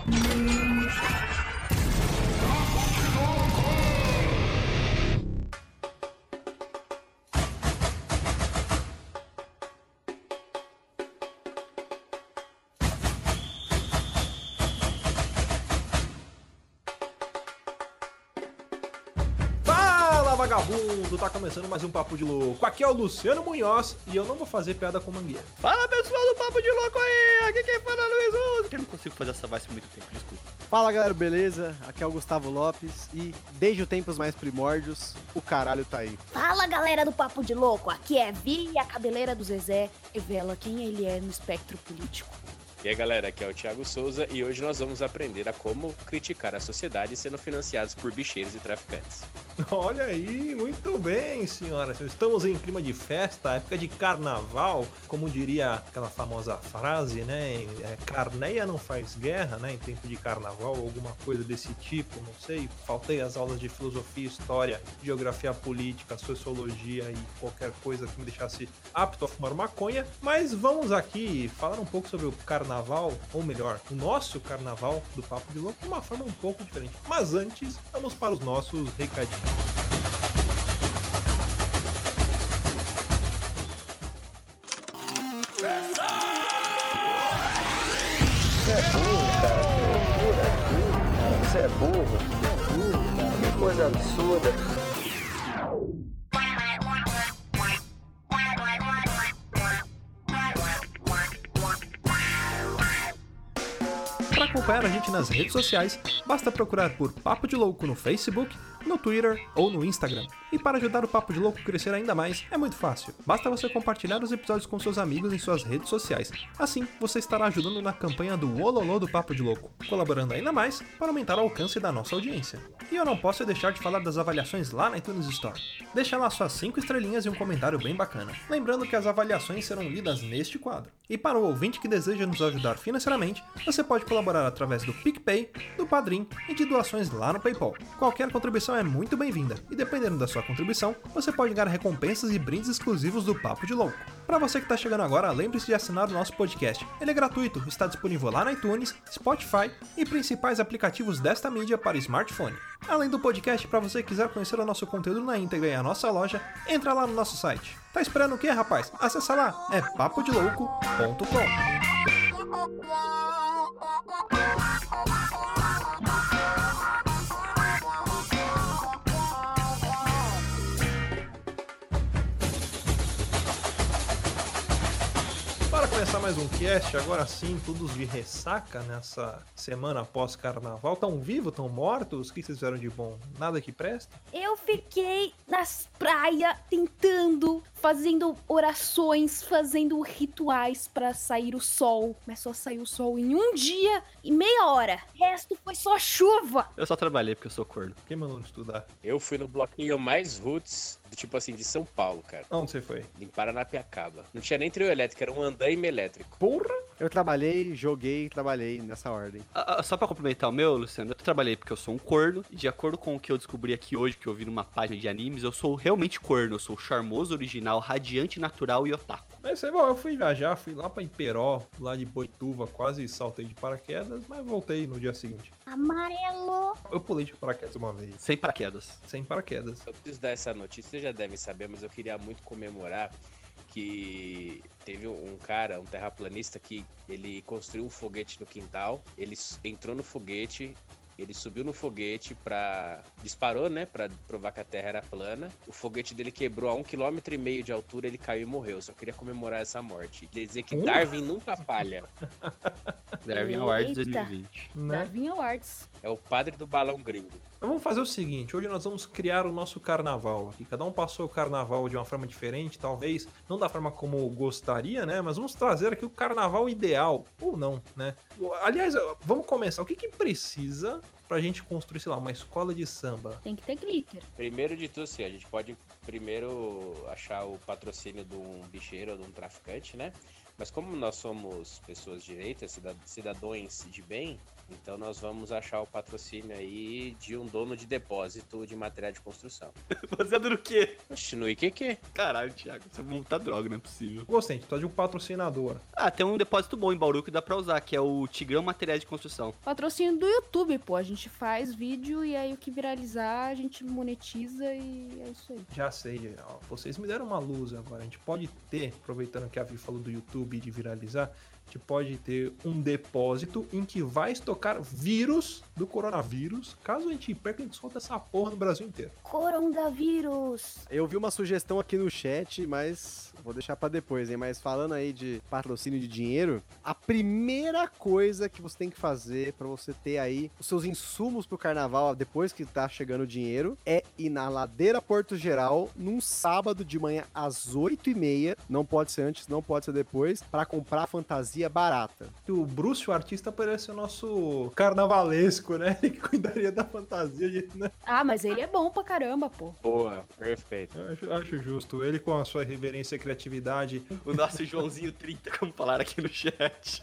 Vagabundo, tá começando mais um Papo de Louco. Aqui é o Luciano Munhoz e eu não vou fazer piada com mangueira. Fala pessoal do Papo de Louco aí, aqui quem fala é Luiz Uso. Eu não consigo fazer essa voz por muito tempo, desculpa. Fala galera, beleza? Aqui é o Gustavo Lopes e desde os tempos mais primórdios, o caralho tá aí. Fala galera do Papo de Louco, aqui é Vi e a cabeleira do Zezé revela quem ele é no espectro político. E aí galera, aqui é o Thiago Souza e hoje nós vamos aprender a como criticar a sociedade sendo financiados por bicheiros e traficantes. Olha aí, muito bem, senhoras. Estamos em clima de festa, época de carnaval, como diria aquela famosa frase, né? Carneia não faz guerra, né? Em tempo de carnaval, alguma coisa desse tipo, não sei. Faltei as aulas de filosofia, história, geografia política, sociologia e qualquer coisa que me deixasse apto a fumar maconha. Mas vamos aqui falar um pouco sobre o carnaval, ou melhor, o nosso carnaval do Papo de Louco de uma forma um pouco diferente. Mas antes, vamos para os nossos recadinhos. Você é burro, cara. Você é burro. Que coisa absurda. Para acompanhar a gente nas redes sociais, basta procurar por Papo de Louco no Facebook, no Twitter ou no Instagram. E para ajudar o Papo de Louco a crescer ainda mais, é muito fácil. Basta você compartilhar os episódios com seus amigos em suas redes sociais. Assim, você estará ajudando na campanha do Ololô do Papo de Louco, colaborando ainda mais para aumentar o alcance da nossa audiência. E eu não posso deixar de falar das avaliações lá na iTunes Store. Deixa lá suas 5 estrelinhas e um comentário bem bacana. Lembrando que as avaliações serão lidas neste quadro. E para o ouvinte que deseja nos ajudar financeiramente, você pode colaborar através do PicPay, do Padrim e de doações lá no PayPal. Qualquer contribuição é muito bem-vinda, e dependendo da sua contribuição, você pode ganhar recompensas e brindes exclusivos do Papo de Louco. Para você que está chegando agora, lembre-se de assinar o nosso podcast. Ele é gratuito, está disponível lá na iTunes, Spotify e principais aplicativos desta mídia para smartphone. Além do podcast, para você que quiser conhecer o nosso conteúdo na íntegra e a nossa loja, entra lá no nosso site. Tá esperando o quê, rapaz? Acessa lá, é papodelouco.com. Para começar mais um cast, agora sim, todos de ressaca nessa semana após carnaval. Tão vivos, tão mortos? O que vocês fizeram de bom? Nada que presta? Eu fiquei nas praias tentando, fazendo orações, fazendo rituais pra sair o sol. Começou a sair o sol em um dia e meia hora. O resto foi só chuva. Eu só trabalhei porque eu sou corno. Quem mandou estudar? Eu fui no bloquinho mais roots, tipo assim, de São Paulo, cara. Onde você foi? Em Paranapiacaba. Não tinha nem trio elétrico, era um andaime elétrico. Porra! Eu trabalhei, joguei e trabalhei nessa ordem. Só pra complementar o meu, Luciano, eu trabalhei porque eu sou um corno. E de acordo com o que eu descobri aqui hoje, que eu vi numa página de animes, eu sou realmente corno. Eu sou charmoso, original, radiante, natural e otaku. Mas é bom, eu fui viajar, fui lá pra Iperó, lá de Boituva, quase saltei de paraquedas, mas voltei no dia seguinte. Amarelo. Eu pulei de paraquedas uma vez, Sem paraquedas. sem paraquedas. Eu preciso dar essa notícia, vocês já devem saber, mas eu queria muito comemorar que teve um cara, um terraplanista, que ele construiu um foguete no quintal, ele entrou no foguete, ele subiu no foguete disparou, né, pra provar que a Terra era plana. O foguete dele quebrou a 1,5 km de altura, ele caiu e morreu. Só queria comemorar essa morte. Quer dizer que Darwin nunca falha. Darwin Awards Eita. 2020. Né? Darwin Awards. É o padre do balão gringo. Então vamos fazer o seguinte, hoje nós vamos criar o nosso carnaval aqui. Cada um passou o carnaval de uma forma diferente, talvez não da forma como gostaria, né? Mas vamos trazer aqui o carnaval ideal, ou não, né? Aliás, vamos começar. O que precisa pra gente construir, sei lá, uma escola de samba? Tem que ter glitter. Primeiro de tudo, sim, a gente pode primeiro achar o patrocínio de um bicheiro ou de um traficante, né? Mas como nós somos pessoas direitas, cidadãos de bem, então nós vamos achar o patrocínio aí de um dono de depósito de material de construção. Baseado no quê? Oxe, no IQQ. Caralho, Thiago, você vai montar droga, não é possível. Gostei, tu tá de um patrocinador. Ah, tem um depósito bom em Bauru que dá pra usar, que é o Tigrão Materiais de Construção. Patrocínio do YouTube, pô. A gente faz vídeo e aí o que viralizar a gente monetiza e é isso aí. Já sei, ó, vocês me deram uma luz agora. A gente pode ter, aproveitando que a Vi falou do YouTube e de viralizar, a gente pode ter um depósito em que vai estocar vírus do coronavírus. Caso a gente perca, a gente solta essa porra no Brasil inteiro. Coronavírus. Eu vi uma sugestão aqui no chat, mas vou deixar pra depois, hein? Mas falando aí de patrocínio de dinheiro, a primeira coisa que você tem que fazer pra você ter aí os seus insumos pro carnaval, depois que tá chegando o dinheiro, é ir na Ladeira Porto Geral num sábado de manhã às 8h30, não pode ser antes, não pode ser depois, pra comprar fantasia barata. O Bruce, o artista, parece o nosso carnavalesco, né? Ele que cuidaria da fantasia, né? Ah, mas ele é bom pra caramba, pô. Boa, perfeito. Eu acho justo. Ele com a sua reverência e criatividade. O nosso Joãozinho 30, como falaram aqui no chat.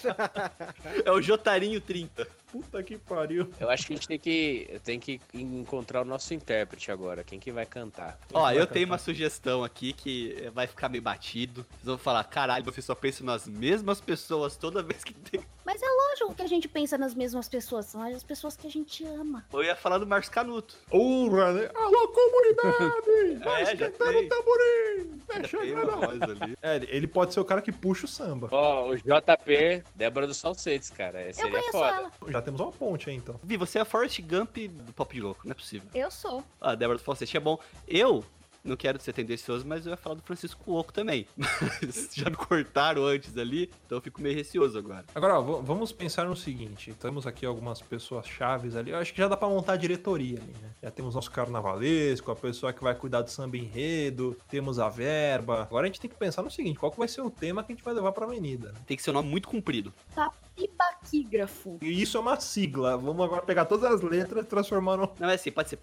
É o Jotarinho 30. Puta que pariu. Eu acho que a gente tem que encontrar o nosso intérprete agora. Quem que vai cantar? Ó, vai eu cantar? tenho uma sugestão aqui que vai ficar meio batido. Vocês vão falar, caralho, você só pensa nas mesmas pessoas toda vez que tem. Mas é lógico que a gente pensa nas mesmas pessoas, são as pessoas que a gente ama. Eu ia falar do Marcos Canuto. Urra, né? Alô, comunidade! Vai já esquentando tem. o tamborim! Já Fecha tem a uma voz ali. É, ele pode ser o cara que puxa o samba. Ó, o JP, Débora dos Salsetes, cara. Eu Seria conheço foda. ela. Já temos uma ponte aí, então. Vi, você é a Forrest Gump do Pop de Louco, não é possível. Eu sou. Ah, Débora do Falsete é bom. Eu não quero ser tendencioso, mas eu ia falar do Francisco Oco também. Mas já me cortaram antes ali, então eu fico meio receoso agora. Agora, ó, vamos pensar no seguinte. Temos aqui algumas pessoas chaves ali. Eu acho que já dá pra montar a diretoria ali, né? Já temos nosso carnavalesco, a pessoa que vai cuidar do samba enredo, temos a verba. Agora a gente tem que pensar no seguinte, qual que vai ser o tema que a gente vai levar pra avenida, né? Tem que ser um nome muito comprido. Tapipaquígrafo. E isso é uma sigla. Vamos agora pegar todas as letras e transformar no... Não, é assim, pode ser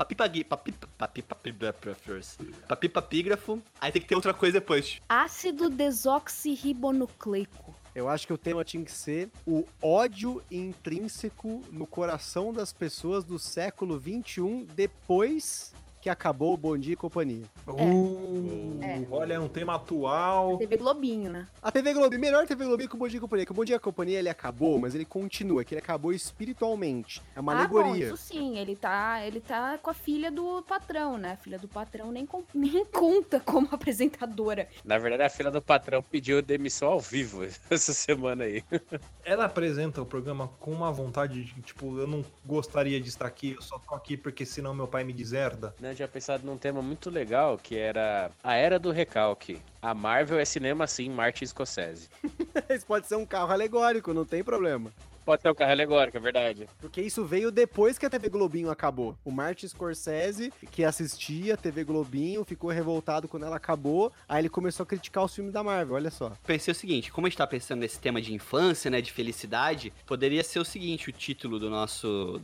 papipapígrafo, aí tem que ter outra coisa depois. Ácido desoxirribonucleico. Eu acho que o tema tinha que ser o ódio intrínseco no coração das pessoas do século XXI depois que acabou o Bom Dia e Companhia. Olha, é um tema atual. TV Globinho, né? A TV Globinho, melhor TV Globinho que o Bom Dia e Companhia, que o Bom Dia e Companhia ele acabou, mas ele continua, que ele acabou espiritualmente. É uma Bom, alegoria. isso sim, ele tá com a filha do patrão, né? A filha do patrão nem conta como apresentadora. Na verdade, a filha do patrão pediu demissão ao vivo essa semana aí. Ela apresenta o programa com uma vontade de, tipo, eu não gostaria de estar aqui, eu só tô aqui porque senão meu pai me deserda. Eu tinha pensado num tema muito legal, que era a Era do Recalque. A Marvel é cinema assim, Martin Scorsese. Isso pode ser um carro alegórico, não tem problema. Pode ser um carro alegórico, é verdade. Porque isso veio depois que a TV Globinho acabou. O Martin Scorsese, que assistia a TV Globinho, ficou revoltado quando ela acabou, aí ele começou a criticar os filmes da Marvel, olha só. Pensei o seguinte, como a gente tá pensando nesse tema de infância, né, de felicidade, poderia ser o seguinte, o título do nosso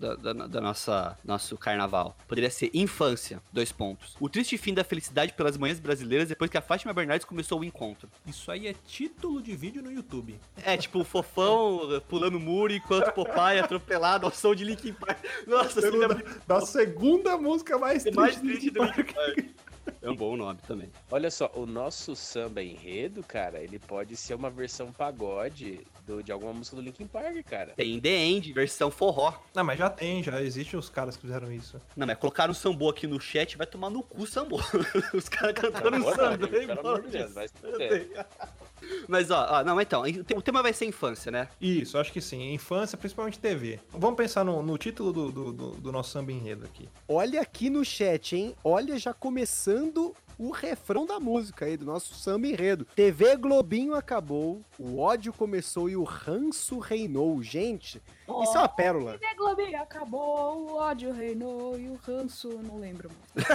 nosso carnaval. Poderia ser Infância, : o triste fim da felicidade pelas manhãs brasileiras depois que a Fátima Bernardes começou o encontro. Isso aí é título de vídeo no YouTube. É, tipo, o fofão pulando muro enquanto Popeye atropelado ao som de Linkin Park. Nossa, você lembra Da segunda música mais triste do Linkin Park. É um bom nome também. Olha só, o nosso samba enredo, cara, ele pode ser uma versão pagode de alguma música do Linkin Park, cara. Tem The End, versão forró. Não, mas já existem os caras que fizeram isso. Não, mas colocaram o sambô aqui no chat, vai tomar no cu sambô. Os caras cantando samba. Pelo amor de Deus, vai se fuder. Mas, não, então, o tema vai ser infância, né? Isso, acho que sim. Infância, principalmente TV. Vamos pensar no título do nosso samba enredo aqui. Olha aqui no chat, hein? Olha já começando o refrão da música aí, do nosso samba enredo. TV Globinho acabou, o ódio começou e o ranço reinou. Gente, isso é uma pérola. TV Globinho acabou, o ódio reinou e o ranço, não lembro mais.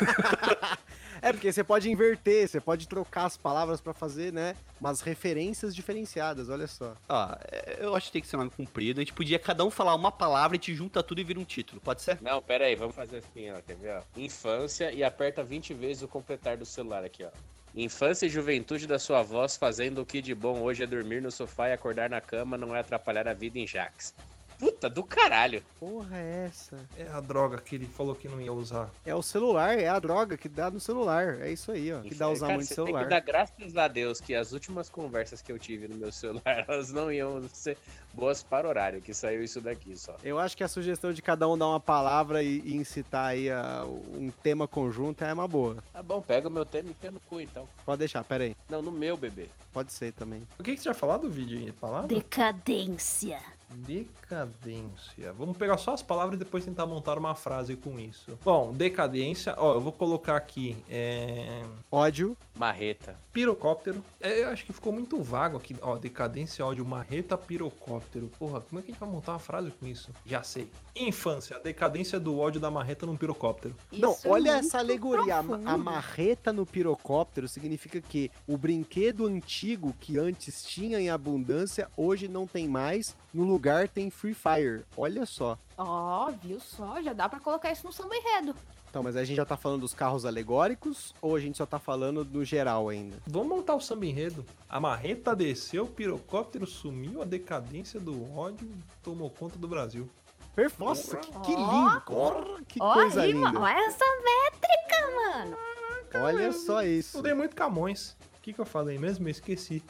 É, porque você pode inverter, você pode trocar as palavras pra fazer, né, umas referências diferenciadas, olha só. Eu acho que tem que ser um nome comprido. A gente podia cada um falar uma palavra e te junta tudo e vira um título, pode ser? Não, pera aí, vamos fazer assim, ó, quer ver, ó? Infância e aperta 20 vezes o completar do celular aqui, ó. Infância e juventude da sua voz fazendo o que de bom hoje é dormir no sofá e acordar na cama, não é atrapalhar a vida em Jax. Puta do caralho. Porra, é essa? É a droga que ele falou que não ia usar. É o celular, é a droga que dá no celular. É isso aí, ó. Que dá usar Cara, muito você celular. tem que dar graças a Deus que as últimas conversas que eu tive no meu celular, elas não iam ser boas para o horário, que saiu isso daqui só. Eu acho que a sugestão de cada um dar uma palavra e incitar aí um tema conjunto é uma boa. Tá bom, pega o meu tema e enfia no cu, então. Pode deixar, pera aí. Não, no meu, bebê. Pode ser também. O que você tinha falado do vídeo aí? Palavra? Decadência. Decadência. Vamos pegar só as palavras e depois tentar montar uma frase com isso. Bom, decadência, ó, eu vou colocar aqui, Ódio. Marreta. pirocóptero. Eu acho que ficou muito vago aqui, ó, decadência, ódio, marreta, pirocóptero. Porra, como é que a gente vai montar uma frase com isso? Já sei. Infância, decadência do ódio da marreta num pirocóptero. Não, Isso é olha muito essa alegoria. A profundo. marreta no pirocóptero significa que o brinquedo antigo que antes tinha em abundância, hoje não tem mais. No lugar tem Free Fire. Olha só. Ó, viu só? Já dá pra colocar isso no samba enredo. Então, mas a gente já tá falando dos carros alegóricos ou a gente só tá falando do geral ainda? Vamos montar o samba enredo. A marreta desceu, o pirocóptero sumiu, a decadência do ódio tomou conta do Brasil. Perfeito. Nossa, que Ó. lindo. Porra, que Ó, coisa rima. linda. Ó essa métrica, mano. Olha só isso. Estudei muito Camões. O que eu falei mesmo? Eu esqueci.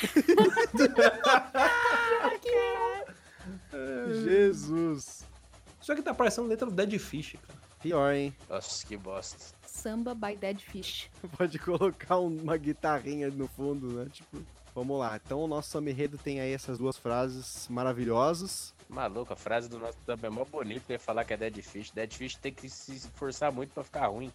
Jesus. Isso aqui tá parecendo letra do Dead Fish, cara. Pior, hein? Nossa, que bosta. Samba by Dead Fish. Pode colocar uma guitarrinha no fundo, né? Tipo, vamos lá. Então o nosso samba enredo tem aí essas duas frases maravilhosas. Maluco, a frase do nosso samba é mó bonita, ia falar que é Dead Fish. Dead Fish tem que se esforçar muito pra ficar ruim.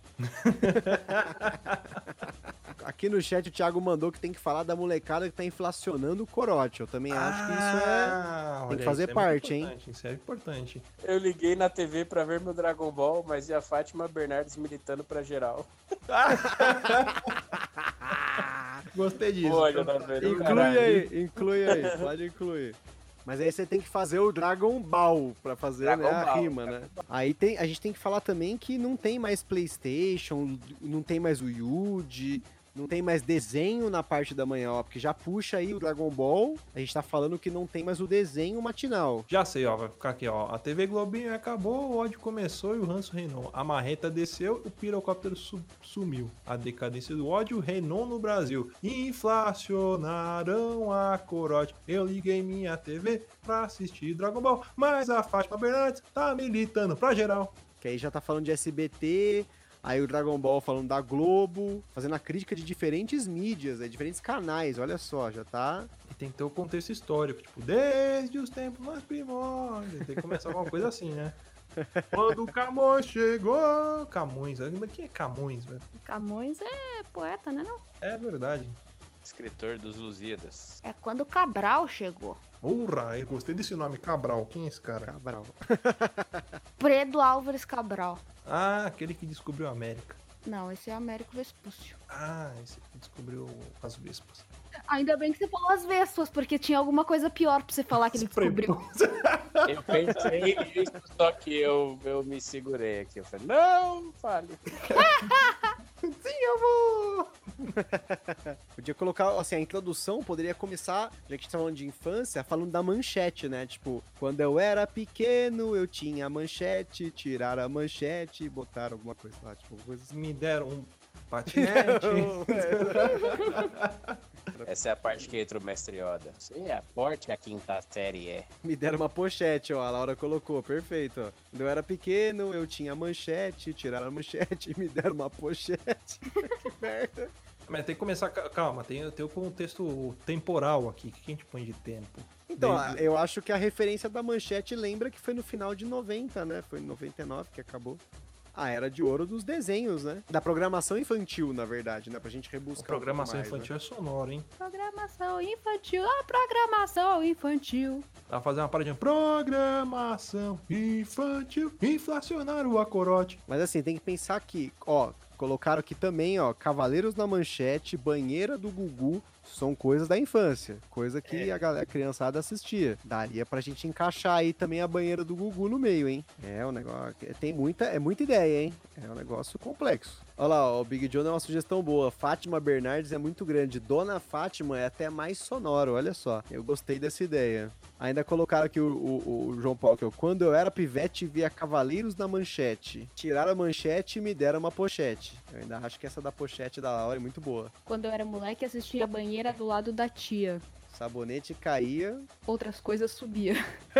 Aqui no chat o Thiago mandou que tem que falar da molecada que tá inflacionando o corote. Eu também acho que isso tem que olha, fazer isso é parte, muito hein? importante, isso é importante. Eu liguei na TV pra ver meu Dragon Ball, mas e a Fátima Bernardes militando pra geral. Gostei disso. Olha, tá vendo? Inclui aí, pode incluir. Mas aí você tem que fazer o Dragon Ball pra fazer, Dragon né, a Ball, rima, né? Aí a gente tem que falar também que não tem mais PlayStation, não tem mais o Yuji, não tem mais desenho na parte da manhã, ó, porque já puxa aí o Dragon Ball, a gente tá falando que não tem mais o desenho matinal. Já sei, ó, vai ficar aqui, ó. A TV Globinho acabou, o ódio começou e o ranço reinou. A marreta desceu, o pirocóptero sumiu. A decadência do ódio reinou no Brasil. Inflacionaram a corote. Eu liguei minha TV pra assistir Dragon Ball, mas a Fátima Bernardes tá militando pra geral. Que aí já tá falando de SBT, aí o Dragon Ball falando da Globo, fazendo a crítica de diferentes mídias, diferentes canais, olha só, já tá... E tem que ter o contexto histórico, tipo, desde os tempos mais primórdios. Tem que começar alguma coisa assim, né? Quando o Camões chegou... Camões, quem é Camões, velho? Camões é poeta, né? Não? É verdade. Escritor dos Lusíadas. É quando Cabral chegou. Urra, eu gostei desse nome, Cabral. Quem é esse cara? Cabral. Fredo Álvares Cabral. Ah, aquele que descobriu a América. Não, esse é Américo Vespúcio. Ah, esse que descobriu as Vespas. Ainda bem que você falou as Vespas, porque tinha alguma coisa pior pra você falar que ele descobriu. Eu pensei nisso, só que eu me segurei aqui. Eu falei, não, fale. Sim, eu vou! Podia colocar, assim, a introdução poderia começar, já que a gente tá falando de infância, falando da manchete, né? Tipo, quando eu era pequeno, eu tinha a manchete, tiraram a manchete e botaram alguma coisa lá, tipo, coisas... Me deram um patinete. Essa é a parte que entra o Mestre Yoda. Você é forte a quinta série é. Me deram uma pochete, ó, a Laura colocou, perfeito, ó. Quando eu era pequeno, eu tinha a manchete, tiraram a manchete e me deram uma pochete. Que merda. Mas tem que começar... Calma, tem o contexto temporal aqui. O que a gente põe de tempo? Então, eu acho que a referência da manchete lembra que foi no final de 90, né? Foi em 99 que acabou. A era de ouro dos desenhos, né? Da programação infantil, na verdade, né? Pra gente rebuscar. Programação um pouco mais, infantil é sonoro, hein? Programação infantil, a programação infantil. Dá pra fazer uma paradinha. Programação infantil, inflacionaram o acorote. né? Mas assim, tem que pensar que, ó, colocaram aqui também, ó, Cavaleiros na Manchete, Banheira do Gugu, são coisas da infância, coisa que a criançada assistia. Daria pra gente encaixar aí também a Banheira do Gugu no meio, hein? É um negócio, é muita ideia, hein? É um negócio complexo. Olha lá, ó, o Big John é uma sugestão boa. Fátima Bernardes é muito grande. Dona Fátima é até mais sonoro, olha só. Eu gostei dessa ideia. Ainda colocaram aqui o João Paulo, que quando eu era pivete via Cavaleiros na Manchete. Tiraram a manchete e me deram uma pochete. Eu ainda acho que essa da pochete da Laura é muito boa. Quando eu era moleque, assistia a banheira do lado da tia. Sabonete caía. Outras coisas subia.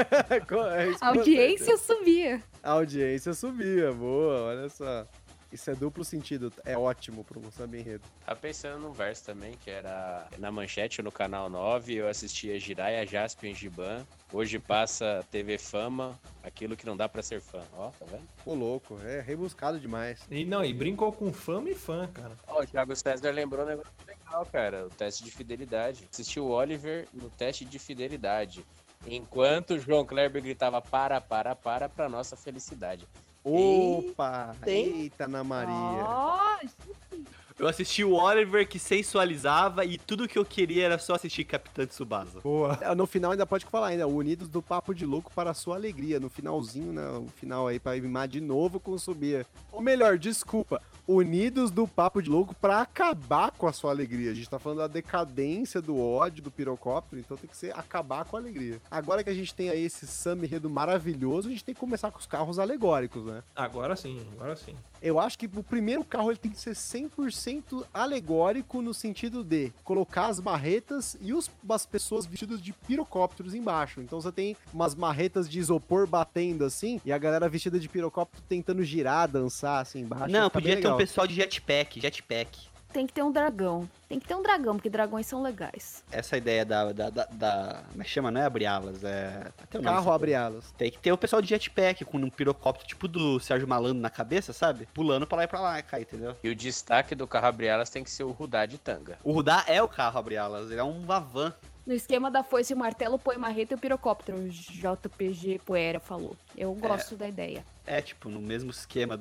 A A audiência subia. A audiência subia, boa, olha só. Isso é duplo sentido, é ótimo pro samba enredo. Tava pensando num verso também, que era na Manchete, no Canal 9, eu assistia Jiraya, Jaspion e Giban. Hoje passa TV Fama, aquilo que não dá pra ser fã. Ó, tá vendo? Ô, louco, é rebuscado demais. E brincou com fama e fã, cara. Ó, o Thiago César lembrou um negócio legal, cara, o teste de fidelidade. Assisti o Oliver no teste de fidelidade, enquanto o João Kleber gritava pra nossa felicidade. Opa! Tem? Eita, Ana Maria. Ó, Eu assisti o Oliver que sensualizava e tudo que eu queria era só assistir Capitã Tsubasa. Boa. No final ainda pode falar ainda, Unidos do Papo de Louco para a sua alegria. No finalzinho, né? O final aí pra rimar de novo com subir. Ou melhor, desculpa. Unidos do Papo de Louco para acabar com a sua alegria. A gente tá falando da decadência do ódio do pirocóptero, então tem que ser acabar com a alegria. Agora que a gente tem aí esse samba enredo maravilhoso, a gente tem que começar com os carros alegóricos, né? Agora sim, agora sim. Eu acho que o primeiro carro ele tem que ser 100% alegórico no sentido de colocar as marretas e as pessoas vestidas de pirocópteros embaixo. Então você tem umas marretas de isopor batendo assim e a galera vestida de pirocóptero tentando girar, dançar assim embaixo. Não, Fica bem podia ter um legal. pessoal de jetpack. tem que ter um dragão. Tem que ter um dragão, porque dragões são legais. Essa ideia como é que chama? Não é abre-alas, tem um nome Carro dessa abre porra. alas. Tem que ter o pessoal de jetpack com um pirocóptero tipo do Sérgio Malandro na cabeça, sabe? Pulando pra lá e pra lá, cai, entendeu? E o destaque do carro abre-alas tem que ser o Rudá de tanga. O Rudá é o carro abre-alas, ele é um van. No esquema da foice e o martelo, põe marreta e o pirocóptero. O JPG Poeira falou. Eu gosto da ideia. É, tipo, no mesmo esquema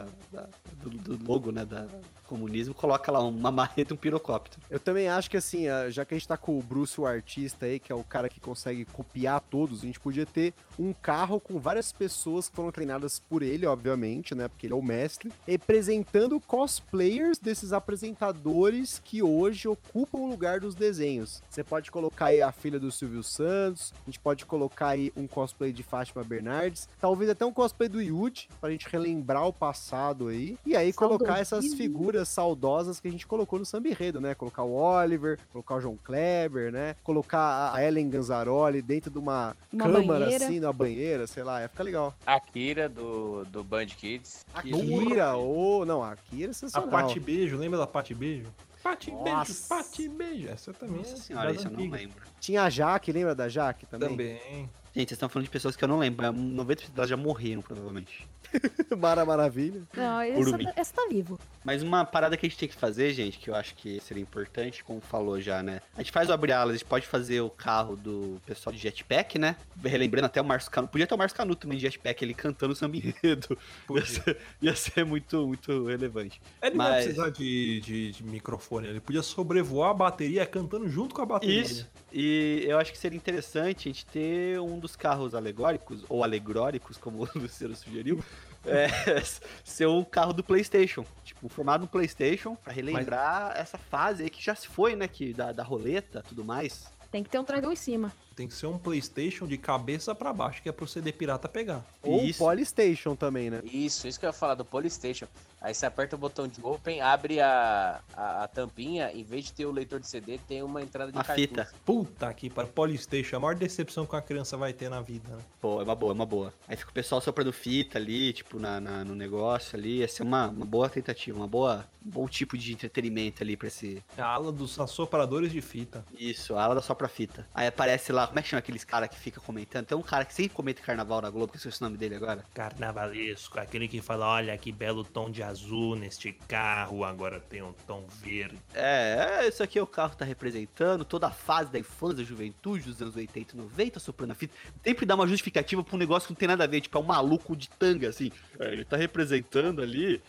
do logo, né, da comunismo, coloca lá uma marreta e um pirocóptero. Eu também acho que assim, já que a gente tá com o Bruce, o artista aí, que é o cara que consegue copiar todos, a gente podia ter um carro com várias pessoas que foram treinadas por ele, obviamente, né? Porque ele é o mestre, representando cosplayers desses apresentadores que hoje ocupam o lugar dos desenhos. Você pode colocar aí a filha do Silvio Santos, a gente pode colocar aí um cosplay de Fátima Bernardes, talvez até um cosplay do Yuji, pra gente relembrar o passado aí, e aí colocar essas figuras saudosas que a gente colocou no samba enredo, né? Colocar o Oliver, colocar o João Kleber, né? Colocar a Ellen Ganzaroli dentro de uma câmara, banheira. assim, na banheira, sei lá, ia ficar legal. Akira do Band Kids. Akira, não, a Akira é A sensacional. Pati Beijo, lembra da Pati Beijo? Pati Beijo, Nossa. Pati Beijo. Essa também Nossa é senhora, das isso eu não antigas. lembro. Tinha a Jaque, lembra da Jaque também? Também. Gente, vocês estão falando de pessoas que eu não lembro, 90% delas já morreram, provavelmente. Mara Maravilha. Não, Urumi. essa tá vivo. Mas uma parada que a gente tem que fazer, gente, que eu acho que seria importante, como falou já, né? A gente faz o abre-alas, a gente pode fazer o carro do pessoal de jetpack, né? Relembrando até o Márcio Canuto. Podia ter o Márcio Canuto também de jetpack, ele cantando samba enredo. Ia ser muito, muito relevante. Ele não ia Mas- precisar de microfone, ele podia sobrevoar a bateria cantando junto com a bateria. Isso. E eu acho que seria interessante a gente ter um dos carros alegóricos, ou alegóricos, como o Luciano sugeriu, ser um carro do PlayStation. Tipo, formado no PlayStation, pra relembrar essa fase aí que já se foi, né? Que da roleta tudo mais. Tem que ter um dragão em cima. Tem que ser um PlayStation de cabeça pra baixo, que é pro CD pirata pegar. Ou Isso. Polystation também, né? Isso que eu ia falar do Polystation. Aí você aperta o botão de Open, abre a tampinha, em vez de ter o leitor de CD, tem uma entrada de Uma cartucho. fita. Puta que para PlayStation, a maior decepção que uma criança vai ter na vida, né? Pô, é uma boa. Aí fica o pessoal soprando fita ali, tipo, no negócio ali. Ia ser uma boa tentativa, um bom tipo de entretenimento ali pra esse... É a ala dos assopradores de fita. Isso, a ala da sopra-fita. Aí aparece lá, como é que chama aqueles caras que fica comentando? Tem um cara que sempre comenta carnaval na Globo, que eu esqueci o nome dele agora. Carnavalesco, aquele que fala, olha que belo tom de azul neste carro, agora tem um tom verde. Isso aqui é o carro que tá representando toda a fase da infância, da juventude, dos anos 80 e 90, soprando a fita. Sempre dá uma justificativa pra um negócio que não tem nada a ver, tipo, é um maluco de tanga, assim. Ele tá representando ali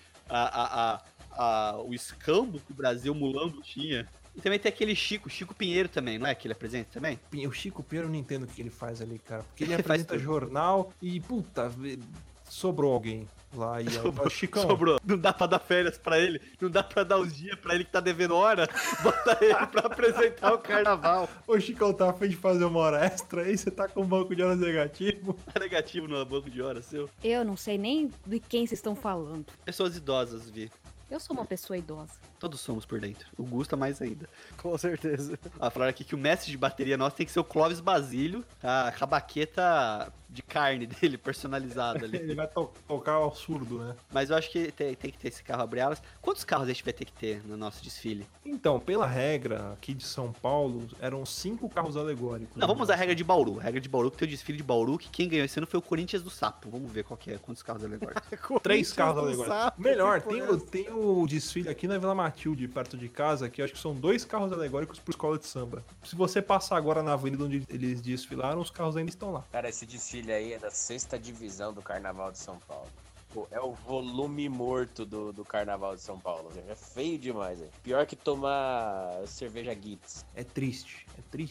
o escambo que o Brasil Mulambo tinha. E também tem aquele Chico Pinheiro também, não é que ele apresenta também? O Chico Pinheiro eu não entendo o que ele faz ali, cara. Porque ele Ele faz apresenta tudo. jornal e, puta, Sobrou alguém lá e o Chicão. Sobrou. Não dá pra dar férias pra ele, não dá pra dar os dias pra ele que tá devendo hora, bota ele pra apresentar o carnaval. O Chicão tá a fim de fazer uma hora extra aí, você tá com um banco de horas negativo. Tá negativo no banco de horas seu. Eu não sei nem de quem vocês estão falando. Pessoas idosas, Vi. Eu sou uma pessoa idosa. Todos somos por dentro. O Gusta mais ainda. Com certeza. Falaram aqui que o mestre de bateria nosso tem que ser o Clóvis Basílio, a baqueta de carne dele, personalizada ali. Ele vai tocar ao surdo, né? Mas eu acho que tem que ter esse carro abre alas. Quantos carros a gente vai ter que ter no nosso desfile? Então, pela regra aqui de São Paulo, eram 5 carros alegóricos. Não, vamos usar a regra de Bauru. A regra de Bauru, que tem o desfile de Bauru, que quem ganhou esse ano foi o Corinthians do Sapo. Vamos ver qual que é, quantos carros alegóricos. 3 carros alegóricos. Melhor, que tem o desfile aqui na Vila Matilde, perto de casa, que eu acho que são 2 carros alegóricos por escola de samba. Se você passar agora na avenida onde eles desfilaram, os carros ainda estão lá. Cara, esse desfile aí é da 6ª divisão do Carnaval de São Paulo. Pô, é o volume morto do Carnaval de São Paulo. É feio demais, hein? Pior que tomar cerveja Gitz. É triste.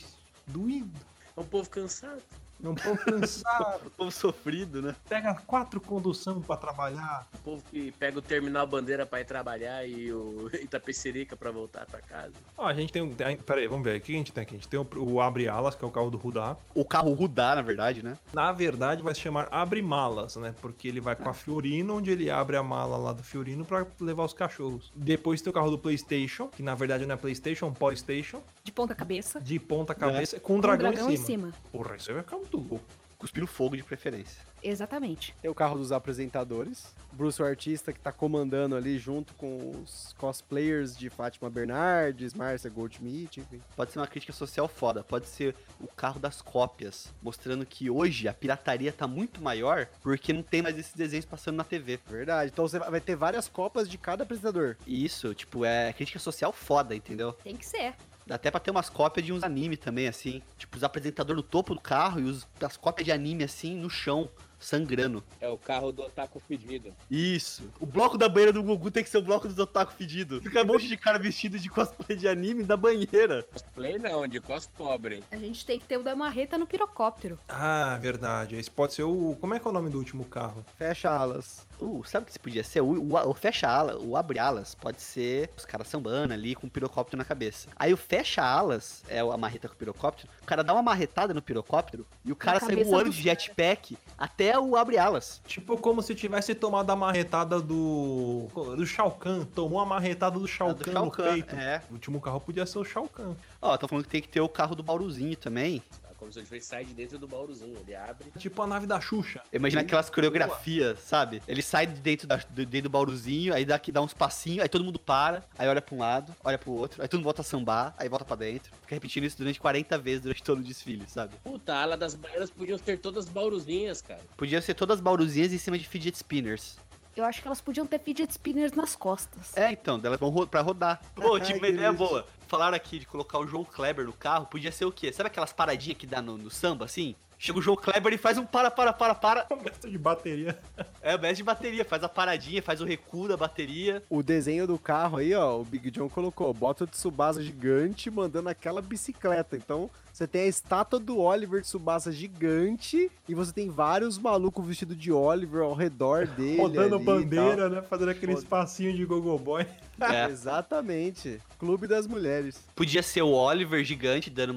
Doído. É um povo cansado. É um pouco cansado. O povo sofrido, né? Pega 4 condução pra trabalhar. O povo que pega o Terminal Bandeira pra ir trabalhar e o Itapecerica pra voltar pra casa. Ó, a gente tem pera aí, vamos ver. O que a gente tem aqui? A gente tem o Abre Alas, que é o carro do Rudá. O carro Rudá, na verdade, né? Na verdade, vai se chamar Abre Malas, né? Porque ele vai com a Fiorino, onde ele abre a mala lá do Fiorino pra levar os cachorros. Depois tem o carro do PlayStation, que na verdade não é PlayStation, Polystation. De ponta cabeça. De ponta cabeça, com um dragão, em em cima. cima. Porra, isso aí vai ficar muito louco. Cuspindo fogo de preferência. Exatamente. Tem o carro dos apresentadores. Bruce, o artista, que tá comandando ali junto com os cosplayers de Fátima Bernardes, Márcia Goldschmidt, enfim. Pode ser uma crítica social foda, pode ser o carro das cópias, mostrando que hoje a pirataria tá muito maior porque não tem mais esses desenhos passando na TV. Verdade. Então você vai ter várias copas de cada apresentador. E isso, tipo, é crítica social foda, entendeu? Tem que ser. Dá até pra ter umas cópias de uns anime também, assim. Tipo, os apresentadores no topo do carro e as cópias de anime, assim, no chão, sangrando. É o carro do Otaku Fedido. Isso. O bloco da banheira do Gugu tem que ser o bloco dos otaku fedidos. Fica um monte de cara vestido de cosplay de anime na banheira. Cosplay não, de cos pobre. A gente tem que ter o da marreta no pirocóptero. Ah, verdade. Esse pode ser o... Como é que é o nome do último carro? Fecha alas. Sabe o que isso podia ser? O fecha-alas, o abre-alas, pode ser os caras sambando ali com o pirocóptero na cabeça. Aí o fecha-alas é a marreta com o pirocóptero. O cara dá uma marretada no pirocóptero e o cara sai cabeça voando do- de jetpack até o abre-alas. Tipo como se tivesse tomado a marretada do Shao Kahn. Tomou a marretada do Shao Do Kahn Shao no Kahn, peito. é. O último carro podia ser o Shao Kahn. Ó, tô falando que tem que ter o carro do Bauruzinho também. Como se ele sair de dentro do baúzinho. Ele abre. Tipo a nave da Xuxa. Imagina aquelas coreografias, sabe? Ele sai de dentro, dentro do bauruzinho, aí dá uns passinhos, aí todo mundo para, aí olha pra um lado, olha pro outro, aí todo mundo volta a sambar, aí volta pra dentro. Fica repetindo isso durante 40 vezes durante todo o desfile, sabe? Puta, a ala das baianas podiam ter todas bauruzinhas, cara. Podia ser todas bauruzinhas em cima de fidget spinners. Eu acho que elas podiam ter fidget spinners nas costas. É, então, delas vão pra rodar. Pô, tive uma Que ideia lixo. boa. Falaram aqui de colocar o João Kleber no carro, podia ser o quê? Sabe aquelas paradinhas que dá no samba, assim? Chega o João Kleber e faz um para. Mestre de bateria. É, o mestre de bateria, faz a paradinha, faz o recuo da bateria. O desenho do carro aí, ó, o Big John colocou, bota o Tsubasa gigante mandando aquela bicicleta. Então, você tem a estátua do Oliver Tsubasa gigante e você tem vários malucos vestidos de Oliver ao redor dele. Rodando ali e bandeira, né? Fazendo aquele Roda- espacinho de Gogo Boy. tal. É. Exatamente. Clube das Mulheres. Podia ser o Oliver gigante dando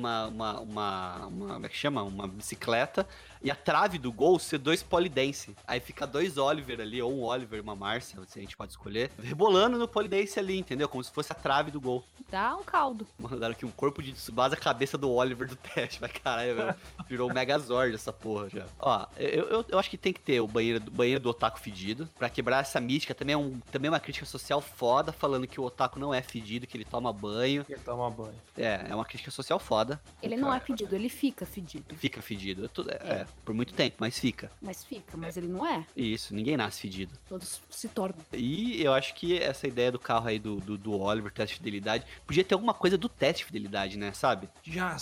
como é que chama? Uma bicicleta. E a trave do gol ser 2 polidense. Aí fica 2 Oliver ali, ou um Oliver e uma Márcia, se a gente pode escolher. Rebolando no polidense ali, entendeu? Como se fosse a trave do gol. Dá um caldo. Mandaram aqui um corpo de Tsubasa, a cabeça do Oliver do teste. Mas caralho, velho, virou um Megazord essa porra já. Ó, eu acho que tem que ter o banheiro do otaku fedido. Pra quebrar essa mística, também é uma crítica social foda, falando que o otaku não é fedido, que ele toma banho. Ele toma banho. É uma crítica social foda. Ele não é fedido, ele fica fedido. Fica fedido. Por muito tempo, mas fica. Mas fica, mas ele não é. Isso, ninguém nasce fedido. Todos se tornam. E eu acho que essa ideia do carro aí do Oliver, teste de fidelidade, podia ter alguma coisa do teste de fidelidade, né? Sabe? Já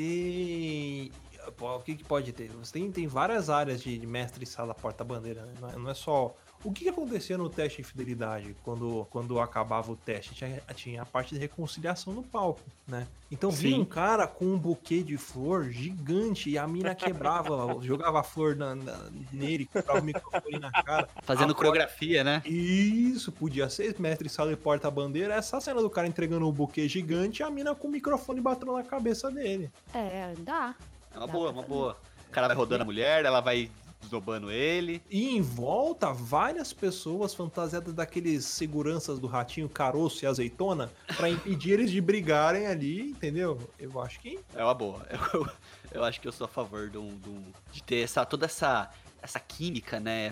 sei. Pô, o que pode ter? Você tem várias áreas de mestre sala porta-bandeira, né? Não é só O que acontecia no teste de fidelidade quando acabava o teste? Tinha a parte de reconciliação no palco, né? Então vinha um cara com um buquê de flor gigante e a mina quebrava, jogava a flor nele, quebrava o microfone na cara. Fazendo coreografia, né? Isso, podia ser mestre sala e porta-bandeira. Essa cena do cara entregando um buquê gigante e a mina com o microfone batendo na cabeça dele. Dá. É uma boa, uma boa. O cara vai rodando a mulher, ela vai desdobando ele. E em volta, várias pessoas fantasiadas daqueles seguranças do Ratinho, Caroço e Azeitona, pra impedir eles de brigarem ali, entendeu? Eu acho que... É uma boa. Eu acho que eu sou a favor de ter toda essa química, né?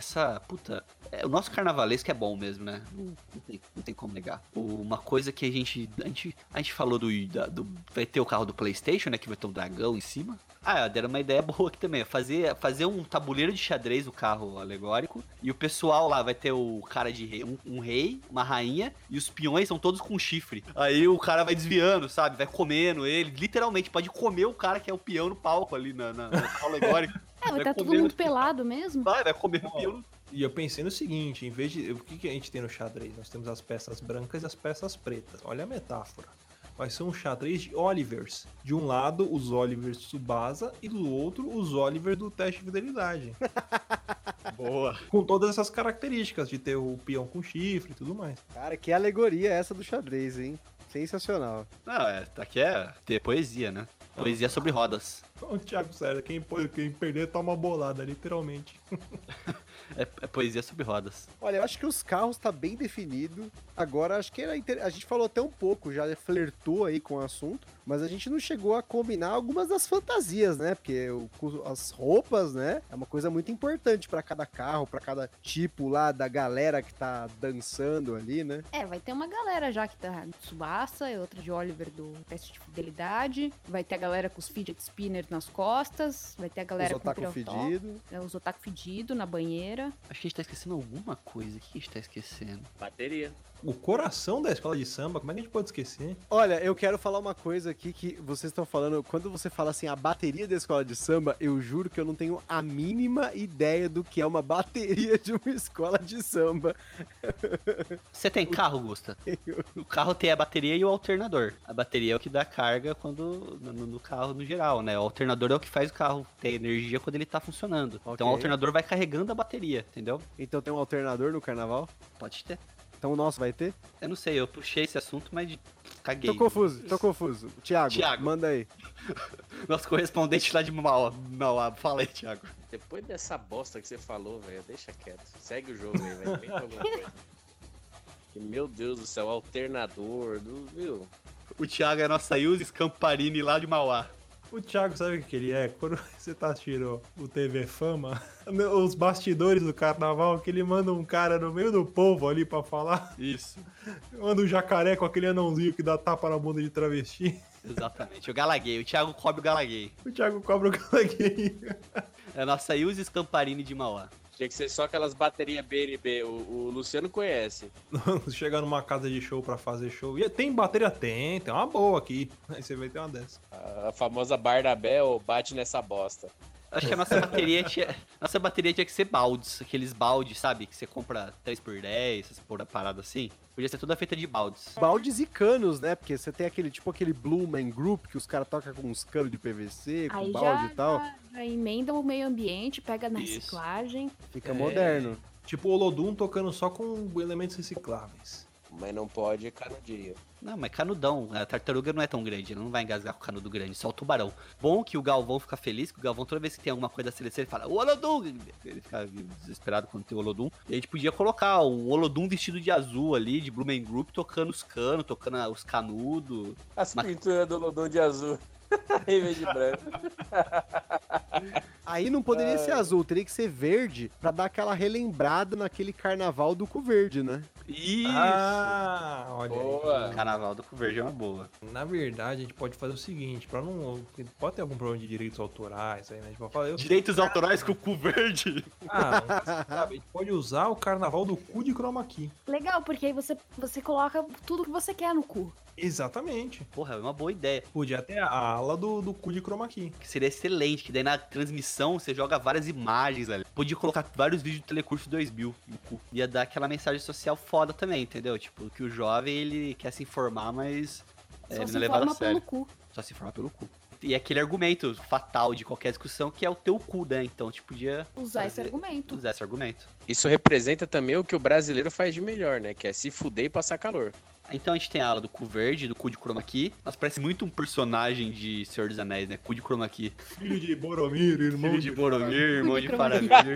O nosso carnavalesco é bom mesmo, né? Não tem como negar. Uma coisa que a gente falou vai ter o carro do PlayStation, né? Que vai ter um dragão em cima. Deram uma ideia boa aqui também. Fazer um tabuleiro de xadrez no carro alegórico. E o pessoal lá vai ter o cara de rei, um rei, uma rainha. E os peões são todos com chifre. Aí o cara vai desviando, sabe? Vai comendo ele. Literalmente, pode comer o cara que é o peão no palco ali no carro alegórico. Vai estar todo mundo pelado mesmo. Vai comer o peão. E eu pensei no seguinte, em vez de... O que a gente tem no xadrez? Nós temos as peças brancas e as peças pretas. Olha a metáfora. Vai ser um xadrez de Olivers. De um lado, os Olivers Tsubasa e do outro, os Olivers do teste de fidelidade. Boa. Com todas essas características de ter o peão com chifre e tudo mais. Cara, que alegoria essa do xadrez, hein? Sensacional. Não, aqui é ter poesia, né? Poesia sobre rodas. O Thiago, sério, quem perder toma bolada, literalmente. É poesia sobre rodas. Olha, eu acho que os carros tá bem definido. Agora, acho que a gente falou até um pouco, já flertou aí com o assunto, mas a gente não chegou a combinar algumas das fantasias, né? Porque as roupas, né? É uma coisa muito importante pra cada carro, pra cada tipo lá da galera que tá dançando ali, né? Vai ter uma galera já que tá de Tsubasa, e outra de Oliver do teste de fidelidade. Vai ter a galera com os fidget spinners nas costas. Vai ter a galera Os com otaku fedido. Os otaku fedido na banheira. Acho que a gente tá esquecendo alguma coisa. O que a gente tá esquecendo? Bateria. O coração da escola de samba, como é que a gente pode esquecer? Olha, eu quero falar uma coisa aqui que vocês estão falando. Quando você fala assim, a bateria da escola de samba, eu juro que eu não tenho a mínima ideia do que é uma bateria de uma escola de samba. Você tem carro, Gusta? O carro tem a bateria e o alternador. A bateria é o que dá carga no carro no geral, né? O alternador é o que faz o carro ter energia quando ele tá funcionando. Okay. Então o alternador vai carregando a bateria, entendeu? Então tem um alternador no carnaval? Pode ter. Então o nosso vai ter? Eu não sei, eu puxei esse assunto, mas caguei. Tô confuso. Thiago, manda aí. Nosso correspondente lá de Mauá. Fala aí, Thiago. Depois dessa bosta que você falou, velho, deixa quieto. Segue o jogo aí, velho. Vem com alguma coisa. Meu Deus do céu, alternador, viu? O Thiago é a nossa Ilse Scamparini lá de Mauá. O Thiago sabe o que ele é? Quando você tá assistindo o TV Fama, os bastidores do carnaval, que ele manda um cara no meio do povo ali pra falar. Isso. Manda um jacaré com aquele anãozinho que dá tapa na bunda de travesti. Exatamente, o Galaguei. O Thiago cobre o Galaguei. O Thiago cobra o Galaguei. É a nossa Ilse Scamparini de Mauá. Tinha que ser só aquelas baterias BNB. O Luciano conhece. Chegar numa casa de show pra fazer show. E tem bateria? Tem uma boa aqui. Aí você vai ter uma dessa. A famosa Bardabel bate nessa bosta. Acho que a nossa bateria tinha que ser baldes. Aqueles baldes, sabe? Que você compra 3x10, essas paradas assim. Podia ser toda feita de baldes. Baldes e canos, né? Porque você tem aquele Blue Man Group que os caras tocam com uns canos de PVC, com Aí balde e tal. Já emenda o meio ambiente, pega na reciclagem. Fica moderno. Tipo o Olodum tocando só com elementos recicláveis. Mas não pode canudinho. Não, mas canudão. A tartaruga não é tão grande, ela não vai engasgar com canudo grande, só o tubarão. Bom que o Galvão fica feliz, que o Galvão, toda vez que tem alguma coisa da seleção, ele fala, o Olodum! Ele fica desesperado quando tem o Olodum. E a gente podia colocar um Olodum vestido de azul ali, de Blue Man Group, tocando os canos, tocando os canudos. As pinturas do Olodum de azul. Em vez de branco. Aí não poderia ser azul, teria que ser verde pra dar aquela relembrada naquele carnaval do cu verde, né? Isso! Olha Boa. aí. Carnaval do Cu Verde é uma boa. Na verdade, a gente pode fazer o seguinte, pra não... Pode ter algum problema de direitos autorais aí, né? A gente pode falar, Direitos autorais com o Cu Verde. sabe, a gente pode usar o carnaval do cu de chroma key. Legal, porque aí você coloca tudo que você quer no cu. Exatamente. Porra, é uma boa ideia. Podia ter a ala do cu de chroma key. Que seria excelente, que daí na transmissão você joga várias imagens, velho. Podia colocar vários vídeos do Telecurso 2000 no cu. Ia dar aquela mensagem social foda também, entendeu? Tipo, que o jovem, ele quer se informar, mas Só ele se não é levado a informa sério. pelo cu. Só se informar pelo cu. E aquele argumento fatal de qualquer discussão que é o teu cu, né? Então, tipo, podia Usar esse argumento. usar esse argumento. Isso representa também o que o brasileiro faz de melhor, né? Que é se fuder e passar calor. Então a gente tem a ala do cu verde, do cu de chroma key. Mas parece muito um personagem de Senhor dos Anéis, né? Cu de chroma key. Filho de Boromir, irmão Filho de Boromir, irmão Cu de de chroma key. Faramir.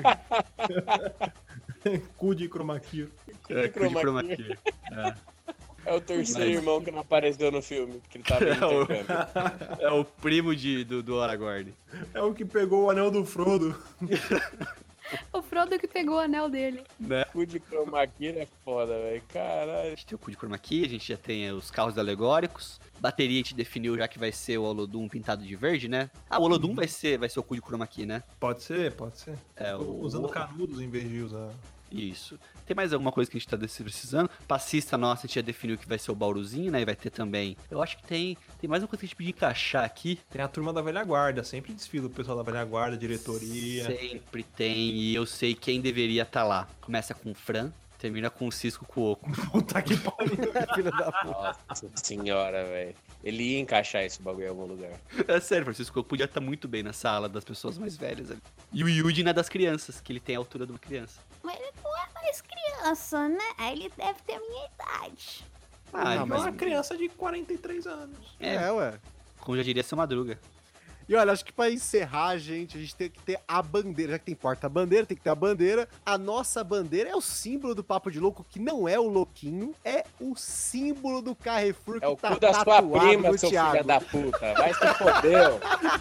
cu de chroma key. É, cu de chroma key. É o terceiro Mas- irmão que não apareceu no filme, que ele tava em intercâmbio. É o primo do Aragorn. É o que pegou o anel do Frodo. O Frodo que pegou o anel dele. Né? O de chroma key é foda, velho. A Caralho. gente tem o cu de chroma key, a gente já tem os carros alegóricos. Bateria a gente definiu já que vai ser o Olodum pintado de verde, né? Ah, o Olodum vai ser o cu de chroma key, né? Pode ser, pode ser. É, Usando canudos em vez de usar. Isso. Tem mais alguma coisa que a gente tá precisando? Passista nossa, a gente já definiu que vai ser o Bauruzinho, né? E vai ter também. Eu acho que tem mais uma coisa que a gente podia encaixar aqui. Tem a turma da velha guarda, sempre desfila o pessoal da velha guarda, diretoria. Sempre tem, e eu sei quem deveria estar lá. Começa com o Fran, termina com o Cisco Cuoco. Puta que pariu. Filha da puta. Nossa senhora, velho. Ele ia encaixar esse bagulho em algum lugar. É sério, Francisco Cuoco podia estar muito bem na sala das pessoas mais velhas ali. E o Yuji na das crianças, que ele tem a altura de uma criança. Mas ele não é mais criança, né? Ele deve ter a minha idade. Ah, É mas uma criança de 43 anos. é, Ué. como já diria seu Madruga. E olha, acho que pra encerrar, gente, a gente tem que ter a bandeira. Já que tem porta-bandeira, tem que ter a bandeira. A nossa bandeira é o símbolo do Papo de Louco, que não é o louquinho, é o símbolo do Carrefour que É o tá cu da sua tatuado prima, no seu Thiago. filho da puta. Vai se foder.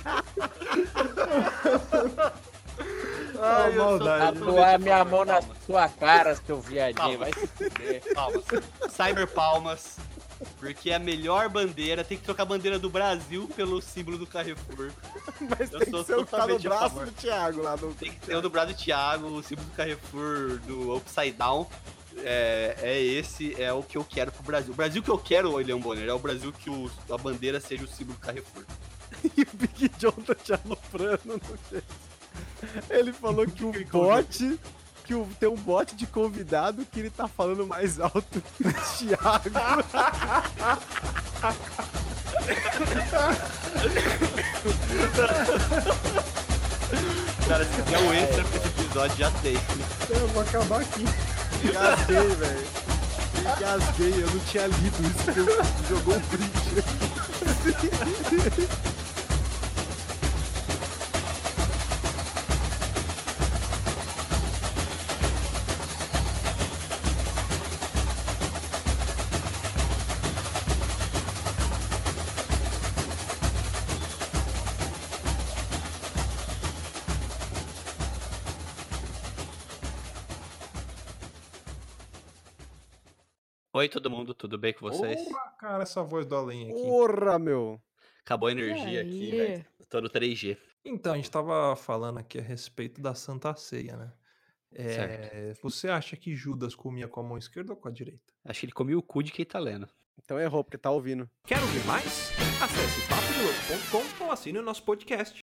Ai, maldade. Tatuar minha mão na sua cara, seu viadinho. Vai se fuder. Palmas. Cyber palmas. Porque a melhor bandeira tem que trocar a bandeira do Brasil pelo símbolo do Carrefour. Mas Eu tem sou que ser o que tá no totalmente a braço favor. do Thiago lá no... Tem que ter o do Brado Thiago, o símbolo do Carrefour, do Upside Down. Esse é o que eu quero pro Brasil. O Brasil que eu quero, William Bonner, é o Brasil que a bandeira seja o símbolo do Carrefour. E o Big John tá te aloprando no jeito. Ele falou que o bot... tem um bot de convidado que ele tá falando mais alto que o Thiago. Cara, se quiser o extra pra esse episódio, já tem. Eu vou acabar aqui. Gasguei, velho. Gasguei, eu não tinha lido isso, porque eu jogou um print. Oi, todo mundo, tudo bem com vocês? Porra, cara, essa voz do além aqui. Porra, meu. Acabou a energia aqui, velho. Tô no 3G. Então, a gente tava falando aqui a respeito da Santa Ceia, né? Você acha que Judas comia com a mão esquerda ou com a direita? Acho que ele comeu o cu de quem tá lendo. Então errou, porque tá ouvindo. Quer ouvir mais? Acesse papodelouco.com ou assine o nosso podcast.